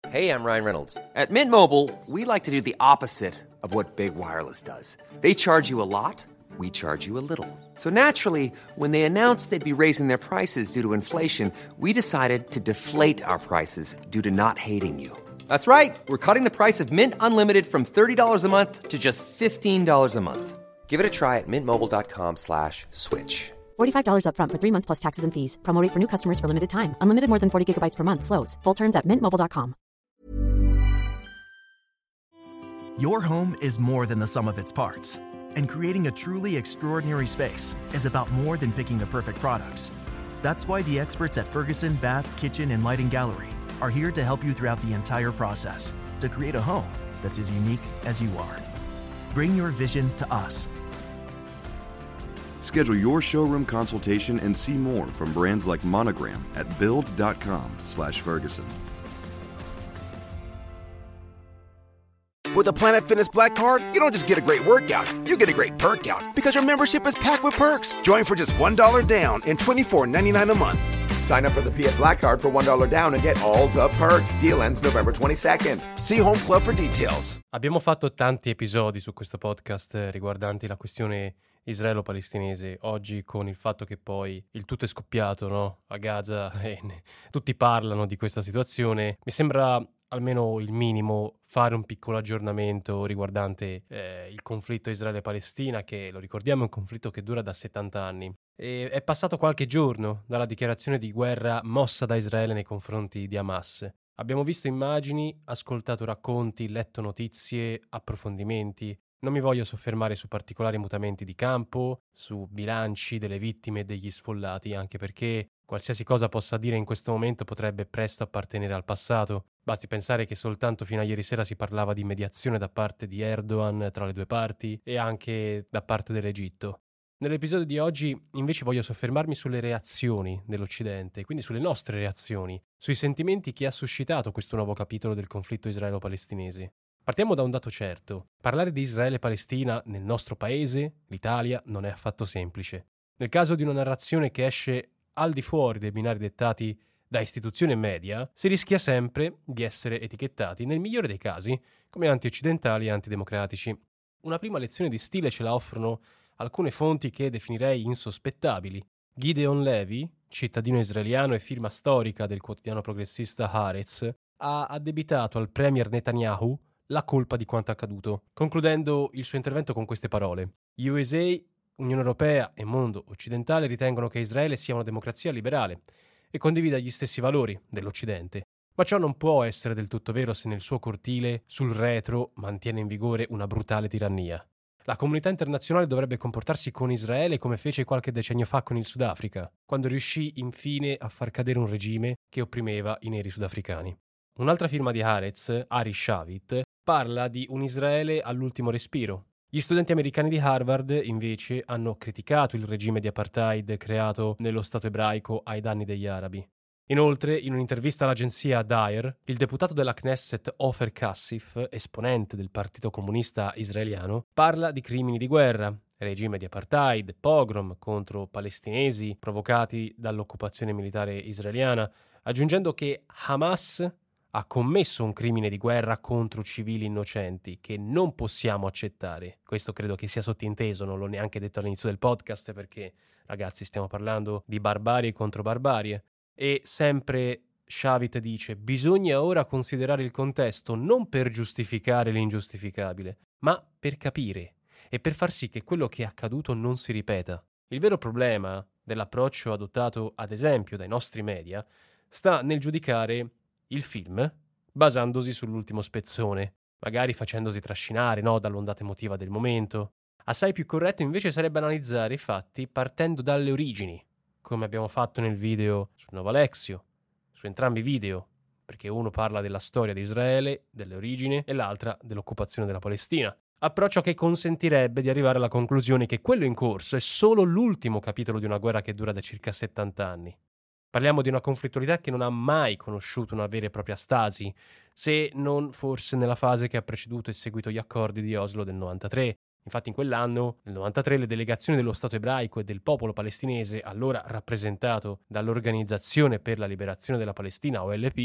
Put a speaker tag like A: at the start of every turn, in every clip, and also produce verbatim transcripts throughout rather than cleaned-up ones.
A: Hey, I'm Ryan Reynolds. At Mint Mobile, we like to do the opposite of what Big Wireless does. They charge you a lot, we charge you a little. So naturally, when they announced they'd be raising their prices due to inflation, we decided to deflate our prices due to not hating you. That's right. We're cutting the price of Mint Unlimited from thirty dollars a month to just fifteen dollars a month. Give it a try at mintmobile.com slash switch.
B: forty-five dollars up front for three months plus taxes and fees. Promo rate for new customers for limited time. Unlimited more than forty gigabytes per month slows. Full terms at mint mobile dot com.
C: Your home is more than the sum of its parts. And creating a truly extraordinary space is about more than picking the perfect products. That's why the experts at Ferguson Bath, Kitchen, and Lighting Gallery are here to help you throughout the entire process to create a home that's as unique as you are. Bring your vision to us.
D: Schedule your showroom consultation and see more from brands like Monogram at build.com slash Ferguson.
E: With a Planet Fitness Black Card, you don't just get a great workout, you get a great perk out because your membership is packed with perks. Join for just one dollar down and twenty-four ninety-nine a month.
F: Sign up for the Fiat Black Card for one dollar down and get all the perks. Deal ends November twenty-second.
E: See Home Club for details.
G: Abbiamo fatto tanti episodi su questo podcast riguardanti la questione israelo-palestinese. Oggi, con il fatto che poi il tutto è scoppiato, no? A Gaza e ne... tutti parlano di questa situazione, mi sembra almeno il minimo fare un piccolo aggiornamento riguardante eh, il conflitto Israele-Palestina, che, lo ricordiamo, è un conflitto che dura da settanta anni. E è passato qualche giorno dalla dichiarazione di guerra mossa da Israele nei confronti di Hamas. Abbiamo visto immagini, ascoltato racconti, letto notizie, approfondimenti. Non mi voglio soffermare su particolari mutamenti di campo, su bilanci delle vittime e degli sfollati, anche perché qualsiasi cosa possa dire in questo momento potrebbe presto appartenere al passato. Basti pensare che soltanto fino a ieri sera si parlava di mediazione da parte di Erdogan tra le due parti e anche da parte dell'Egitto. Nell'episodio di oggi invece voglio soffermarmi sulle reazioni dell'Occidente, quindi sulle nostre reazioni, sui sentimenti che ha suscitato questo nuovo capitolo del conflitto israelo-palestinese. Partiamo da un dato certo. Parlare di Israele-Palestina nel nostro paese, l'Italia, non è affatto semplice. Nel caso di una narrazione che esce al di fuori dei binari dettati da istituzioni e media, si rischia sempre di essere etichettati, nel migliore dei casi, come anti-occidentali e antidemocratici. Una prima lezione di stile ce la offrono alcune fonti che definirei insospettabili. Gideon Levy, cittadino israeliano e firma storica del quotidiano progressista Haaretz, ha addebitato al premier Netanyahu la colpa di quanto accaduto, concludendo il suo intervento con queste parole: U S A, Unione Europea e mondo occidentale ritengono che Israele sia una democrazia liberale e condivida gli stessi valori dell'Occidente. Ma ciò non può essere del tutto vero se nel suo cortile, sul retro, mantiene in vigore una brutale tirannia. La comunità internazionale dovrebbe comportarsi con Israele come fece qualche decennio fa con il Sudafrica, quando riuscì infine a far cadere un regime che opprimeva i neri sudafricani. Un'altra firma di Haaretz, Ari Shavit, parla di un Israele all'ultimo respiro. Gli studenti americani di Harvard, invece, hanno criticato il regime di apartheid creato nello Stato ebraico ai danni degli arabi. Inoltre, in un'intervista all'agenzia Dair, il deputato della Knesset Ofer Kassif, esponente del Partito Comunista Israeliano, parla di crimini di guerra, regime di apartheid, pogrom contro palestinesi provocati dall'occupazione militare israeliana, aggiungendo che Hamas ha commesso un crimine di guerra contro civili innocenti che non possiamo accettare. Questo credo che sia sottinteso, non l'ho neanche detto all'inizio del podcast perché, ragazzi, stiamo parlando di barbarie contro barbarie. E sempre Shavit dice: bisogna ora considerare il contesto non per giustificare l'ingiustificabile, ma per capire e per far sì che quello che è accaduto non si ripeta. Il vero problema dell'approccio adottato, ad esempio, dai nostri media sta nel giudicare il film basandosi sull'ultimo spezzone, magari facendosi trascinare, no, dall'ondata emotiva del momento. Assai più corretto invece sarebbe analizzare i fatti partendo dalle origini, come abbiamo fatto nel video su Nova Alexio, su entrambi i video, perché uno parla della storia di Israele, delle origini, e l'altra dell'occupazione della Palestina. Approccio che consentirebbe di arrivare alla conclusione che quello in corso è solo l'ultimo capitolo di una guerra che dura da circa settanta anni. Parliamo di una conflittualità che non ha mai conosciuto una vera e propria stasi, se non forse nella fase che ha preceduto e seguito gli accordi di Oslo del novantatré. Infatti in quell'anno, nel novantatré, le delegazioni dello Stato ebraico e del popolo palestinese, allora rappresentato dall'Organizzazione per la Liberazione della Palestina, O L P,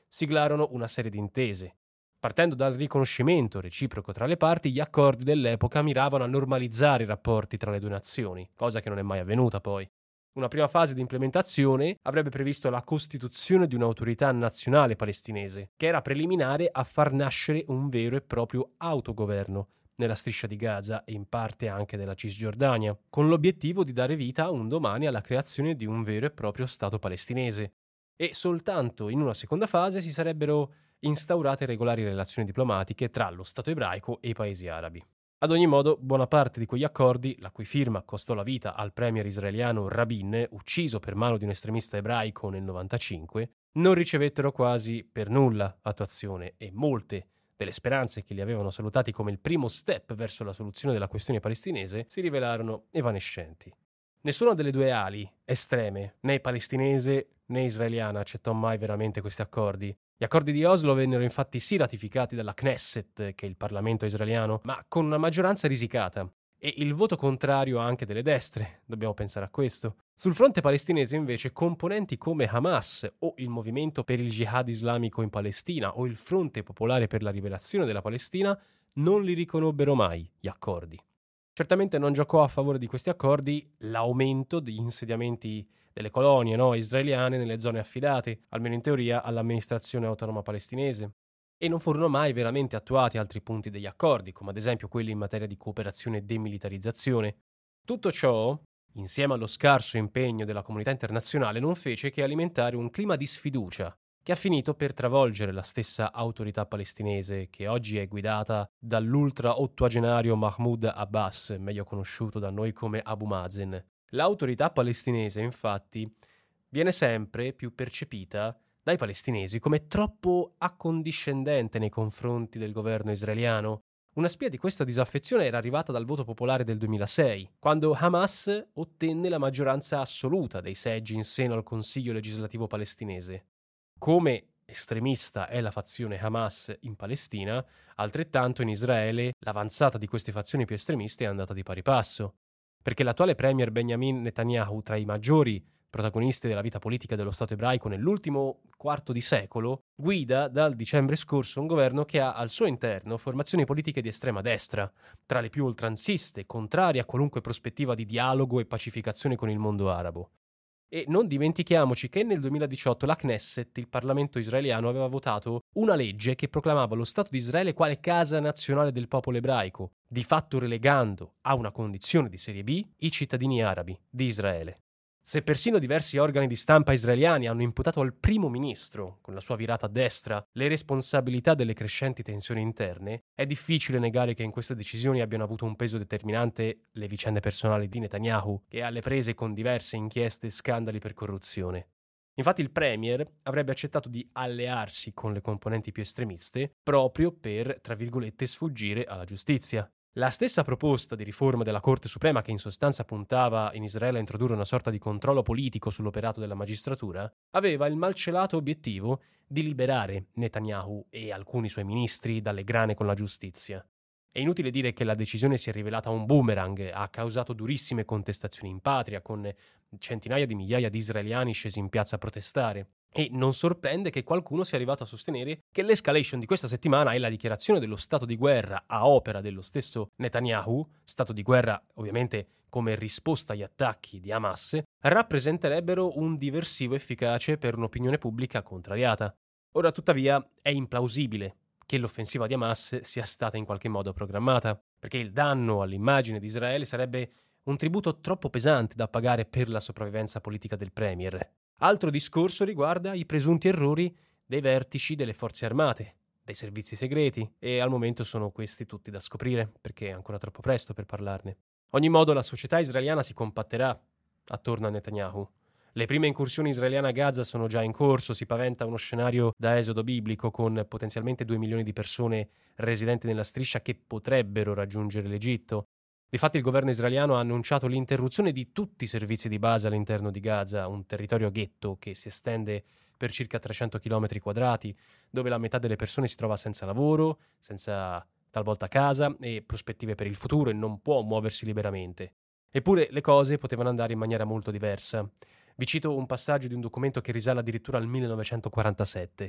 G: siglarono una serie di intese. Partendo dal riconoscimento reciproco tra le parti, gli accordi dell'epoca miravano a normalizzare i rapporti tra le due nazioni, cosa che non è mai avvenuta poi. Una prima fase di implementazione avrebbe previsto la costituzione di un'autorità nazionale palestinese, che era preliminare a far nascere un vero e proprio autogoverno nella striscia di Gaza e in parte anche della Cisgiordania, con l'obiettivo di dare vita un domani alla creazione di un vero e proprio Stato palestinese. E soltanto in una seconda fase si sarebbero instaurate regolari relazioni diplomatiche tra lo Stato ebraico e i paesi arabi. Ad ogni modo, buona parte di quegli accordi, la cui firma costò la vita al premier israeliano Rabin, ucciso per mano di un estremista ebraico nel novantacinque, non ricevettero quasi per nulla attuazione e molte delle speranze che li avevano salutati come il primo step verso la soluzione della questione palestinese si rivelarono evanescenti. Nessuna delle due ali estreme, né palestinese né israeliana, accettò mai veramente questi accordi. Gli accordi di Oslo vennero infatti sì ratificati dalla Knesset, che è il Parlamento israeliano, ma con una maggioranza risicata, e il voto contrario anche delle destre, dobbiamo pensare a questo. Sul fronte palestinese invece componenti come Hamas o il Movimento per il Jihad Islamico in Palestina o il Fronte Popolare per la Liberazione della Palestina non li riconobbero mai gli accordi. Certamente non giocò a favore di questi accordi l'aumento degli insediamenti delle colonie no, israeliane nelle zone affidate, almeno in teoria, all'amministrazione autonoma palestinese. E non furono mai veramente attuati altri punti degli accordi, come ad esempio quelli in materia di cooperazione e demilitarizzazione. Tutto ciò, insieme allo scarso impegno della comunità internazionale, non fece che alimentare un clima di sfiducia, che ha finito per travolgere la stessa autorità palestinese, che oggi è guidata dall'ultra-ottuagenario Mahmoud Abbas, meglio conosciuto da noi come Abu Mazen. L'autorità palestinese, infatti, viene sempre più percepita dai palestinesi come troppo accondiscendente nei confronti del governo israeliano. Una spia di questa disaffezione era arrivata dal voto popolare del duemilasei, quando Hamas ottenne la maggioranza assoluta dei seggi in seno al Consiglio legislativo palestinese. Come estremista è la fazione Hamas in Palestina, altrettanto in Israele l'avanzata di queste fazioni più estremiste è andata di pari passo. Perché l'attuale premier Benjamin Netanyahu, tra i maggiori protagonisti della vita politica dello Stato ebraico nell'ultimo quarto di secolo, guida dal dicembre scorso un governo che ha al suo interno formazioni politiche di estrema destra, tra le più oltranziste, contrarie a qualunque prospettiva di dialogo e pacificazione con il mondo arabo. E non dimentichiamoci che nel duemiladiciotto la Knesset, il Parlamento israeliano, aveva votato una legge che proclamava lo Stato di Israele quale casa nazionale del popolo ebraico, di fatto relegando a una condizione di serie B i cittadini arabi di Israele. Se persino diversi organi di stampa israeliani hanno imputato al primo ministro, con la sua virata a destra, le responsabilità delle crescenti tensioni interne, è difficile negare che in queste decisioni abbiano avuto un peso determinante le vicende personali di Netanyahu, che è alle prese con diverse inchieste e scandali per corruzione. Infatti il premier avrebbe accettato di allearsi con le componenti più estremiste proprio per, tra virgolette, sfuggire alla giustizia. La stessa proposta di riforma della Corte Suprema, che in sostanza puntava in Israele a introdurre una sorta di controllo politico sull'operato della magistratura, aveva il malcelato obiettivo di liberare Netanyahu e alcuni suoi ministri dalle grane con la giustizia. È inutile dire che la decisione si è rivelata un boomerang, ha causato durissime contestazioni in patria, con centinaia di migliaia di israeliani scesi in piazza a protestare. E non sorprende che qualcuno sia arrivato a sostenere che l'escalation di questa settimana e la dichiarazione dello stato di guerra a opera dello stesso Netanyahu, stato di guerra ovviamente come risposta agli attacchi di Hamas, rappresenterebbero un diversivo efficace per un'opinione pubblica contrariata. Ora, tuttavia, è implausibile che l'offensiva di Hamas sia stata in qualche modo programmata, perché il danno all'immagine di Israele sarebbe un tributo troppo pesante da pagare per la sopravvivenza politica del premier. Altro discorso riguarda i presunti errori dei vertici delle forze armate, dei servizi segreti, e al momento sono questi tutti da scoprire, perché è ancora troppo presto per parlarne. Ogni modo, la società israeliana si compatterà attorno a Netanyahu. Le prime incursioni israeliane a Gaza sono già in corso, si paventa uno scenario da esodo biblico con potenzialmente due milioni di persone residenti nella striscia che potrebbero raggiungere l'Egitto. Difatti il governo israeliano ha annunciato l'interruzione di tutti i servizi di base all'interno di Gaza, un territorio ghetto che si estende per circa trecento chilometri quadrati, dove la metà delle persone si trova senza lavoro, senza talvolta casa e prospettive per il futuro e non può muoversi liberamente. Eppure le cose potevano andare in maniera molto diversa. Vi cito un passaggio di un documento che risale addirittura al millenovecentoquarantasette.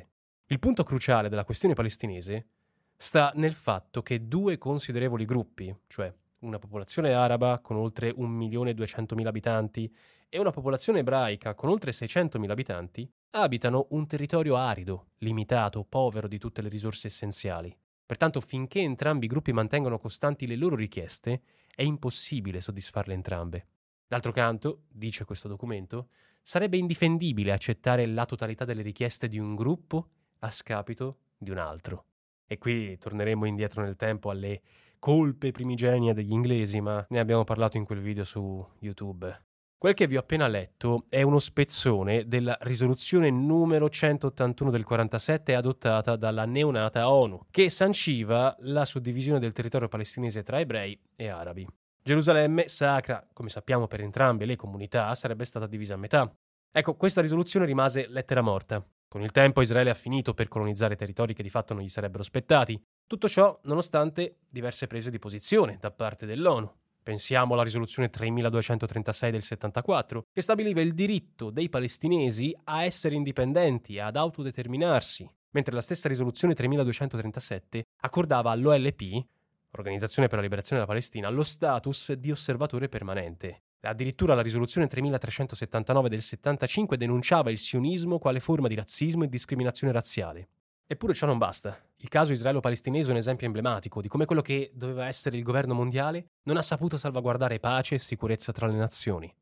G: Il punto cruciale della questione palestinese sta nel fatto che due considerevoli gruppi, cioè una popolazione araba con oltre un milione e duecentomila abitanti e una popolazione ebraica con oltre seicentomila abitanti, abitano un territorio arido, limitato, povero di tutte le risorse essenziali. Pertanto, finché entrambi i gruppi mantengono costanti le loro richieste, è impossibile soddisfarle entrambe. D'altro canto, dice questo documento, sarebbe indifendibile accettare la totalità delle richieste di un gruppo a scapito di un altro. E qui torneremo indietro nel tempo alle colpe primigenie degli inglesi, ma ne abbiamo parlato in quel video su YouTube. Quel che vi ho appena letto è uno spezzone della risoluzione numero centottantuno del quarantasette adottata dalla neonata ONU, che sanciva la suddivisione del territorio palestinese tra ebrei e arabi. Gerusalemme, sacra, come sappiamo per entrambe le comunità, sarebbe stata divisa a metà. Ecco, questa risoluzione rimase lettera morta. Con il tempo Israele ha finito per colonizzare territori che di fatto non gli sarebbero spettati. Tutto ciò nonostante diverse prese di posizione da parte dell'ONU. Pensiamo alla risoluzione tremiladuecentotrentasei del settantaquattro, che stabiliva il diritto dei palestinesi a essere indipendenti e ad autodeterminarsi, mentre la stessa risoluzione tremiladuecentotrentasette accordava all'O L P, Organizzazione per la Liberazione della Palestina, lo status di osservatore permanente. Addirittura la risoluzione tremilatrecentosettantanove del settantacinque denunciava il sionismo quale forma di razzismo e discriminazione razziale. Eppure ciò non basta. Il caso israelo-palestinese è un esempio emblematico di come quello che doveva essere il governo mondiale non ha saputo salvaguardare pace e sicurezza tra le nazioni.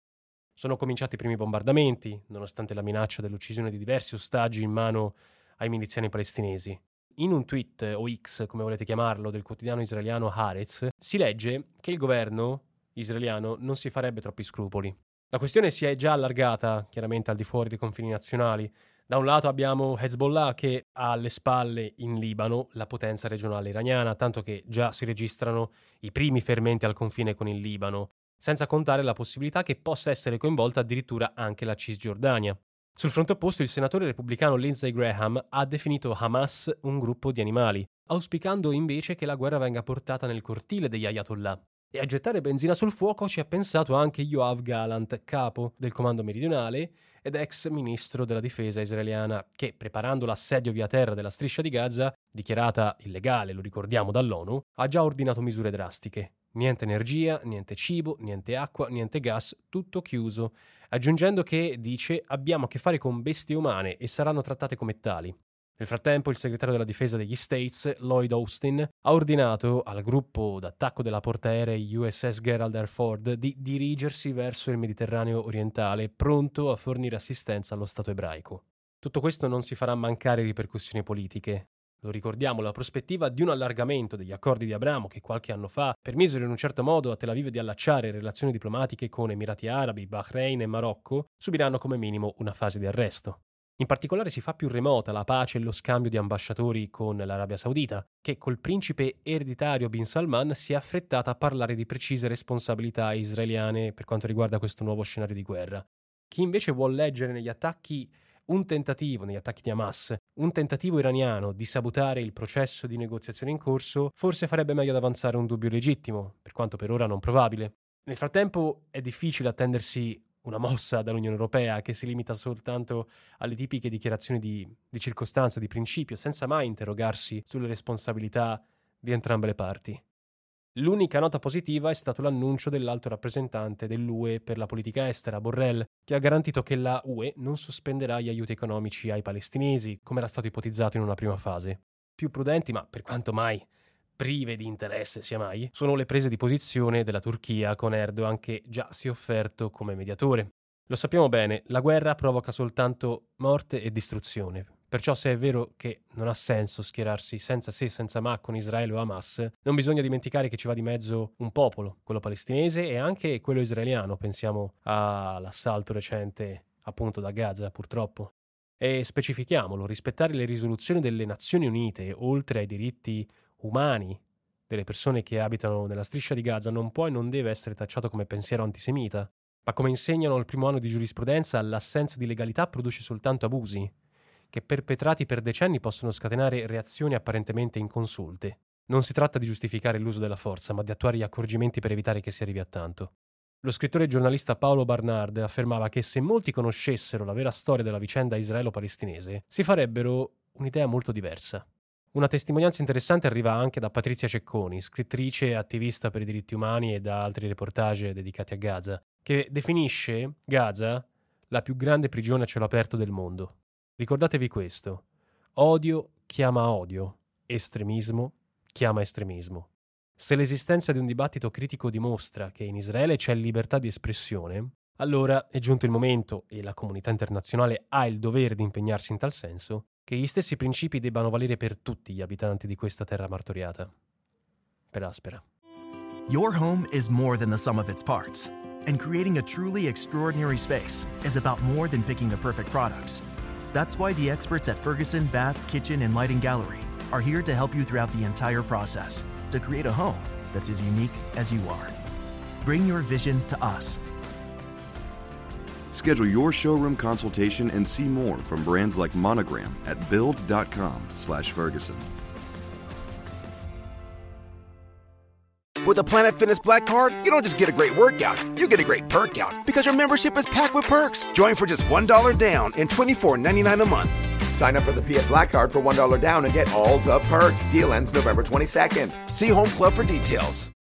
G: Sono cominciati i primi bombardamenti, nonostante la minaccia dell'uccisione di diversi ostaggi in mano ai miliziani palestinesi. In un tweet, o X come volete chiamarlo, del quotidiano israeliano Haaretz, si legge che il governo israeliano non si farebbe troppi scrupoli. La questione si è già allargata, chiaramente al di fuori dei confini nazionali. Da un lato abbiamo Hezbollah che ha alle spalle in Libano la potenza regionale iraniana, tanto che già si registrano i primi fermenti al confine con il Libano, senza contare la possibilità che possa essere coinvolta addirittura anche la Cisgiordania. Sul fronte opposto il senatore repubblicano Lindsey Graham ha definito Hamas un gruppo di animali, auspicando invece che la guerra venga portata nel cortile degli Ayatollah. E a gettare benzina sul fuoco ci ha pensato anche Yoav Gallant, capo del comando meridionale ed ex ministro della difesa israeliana, che, preparando l'assedio via terra della striscia di Gaza, dichiarata illegale, lo ricordiamo, dall'ONU, ha già ordinato misure drastiche. Niente energia, niente cibo, niente acqua, niente gas, tutto chiuso, aggiungendo che, dice, abbiamo a che fare con bestie umane e saranno trattate come tali. Nel frattempo il segretario della difesa degli States, Lloyd Austin, ha ordinato al gruppo d'attacco della portaerei U S S Gerald R. Ford di dirigersi verso il Mediterraneo orientale, pronto a fornire assistenza allo Stato ebraico. Tutto questo non si farà mancare ripercussioni politiche. Lo ricordiamo, la prospettiva di un allargamento degli accordi di Abramo che qualche anno fa permisero in un certo modo a Tel Aviv di allacciare relazioni diplomatiche con Emirati Arabi, Bahrain e Marocco, subiranno come minimo una fase di arresto. In particolare si fa più remota la pace e lo scambio di ambasciatori con l'Arabia Saudita, che col principe ereditario Bin Salman si è affrettata a parlare di precise responsabilità israeliane per quanto riguarda questo nuovo scenario di guerra. Chi invece vuol leggere negli attacchi un tentativo, negli attacchi di Hamas, un tentativo iraniano di sabotare il processo di negoziazione in corso, forse farebbe meglio ad avanzare un dubbio legittimo, per quanto per ora non probabile. Nel frattempo è difficile attendersi una mossa dall'Unione Europea che si limita soltanto alle tipiche dichiarazioni di, di circostanza, di principio, senza mai interrogarsi sulle responsabilità di entrambe le parti. L'unica nota positiva è stato l'annuncio dell'alto rappresentante dell'U E per la politica estera, Borrell, che ha garantito che la U E non sospenderà gli aiuti economici ai palestinesi, come era stato ipotizzato in una prima fase. Più prudenti, ma per quanto mai prive di interesse sia mai, sono le prese di posizione della Turchia con Erdogan che già si è offerto come mediatore. Lo sappiamo bene, la guerra provoca soltanto morte e distruzione. Perciò se è vero che non ha senso schierarsi senza se senza ma con Israele o Hamas, non bisogna dimenticare che ci va di mezzo un popolo, quello palestinese e anche quello israeliano. Pensiamo all'assalto recente appunto da Gaza, purtroppo. E specifichiamolo, rispettare le risoluzioni delle Nazioni Unite, oltre ai diritti umani delle persone che abitano nella striscia di Gaza, non può e non deve essere tacciato come pensiero antisemita, ma come insegnano al primo anno di giurisprudenza, l'assenza di legalità produce soltanto abusi, che perpetrati per decenni possono scatenare reazioni apparentemente inconsulte. Non si tratta di giustificare l'uso della forza, ma di attuare gli accorgimenti per evitare che si arrivi a tanto. Lo scrittore e giornalista Paolo Barnard affermava che se molti conoscessero la vera storia della vicenda israelo-palestinese, si farebbero un'idea molto diversa. Una testimonianza interessante arriva anche da Patrizia Cecconi, scrittrice e attivista per i diritti umani e da altri reportage dedicati a Gaza, che definisce Gaza la più grande prigione a cielo aperto del mondo. Ricordatevi questo: odio chiama odio, estremismo chiama estremismo. Se l'esistenza di un dibattito critico dimostra che in Israele c'è libertà di espressione, allora è giunto il momento, e la comunità internazionale ha il dovere di impegnarsi in tal senso, che gli stessi principi debbano valere per tutti gli abitanti di questa terra martoriata. Per Aspera.
C: Your home is more than the sum of its parts, and creating a truly extraordinary space is about more than picking the perfect products. That's why the experts at Ferguson Bath, Kitchen, and Lighting Gallery are here to help you throughout the entire process to create a home that's as unique as you are. Bring your vision to us.
D: Schedule your showroom consultation and see more from brands like Monogram at build.com slash Ferguson.
E: With a Planet Fitness Black Card, you don't just get a great workout, you get a great perk out because your membership is packed with perks. Join for just one dollar down and twenty-four ninety-nine a month.
F: Sign up for the Fiat Black Card for one dollar down and get all the perks. Deal ends November twenty-second.
E: See Home Club for details.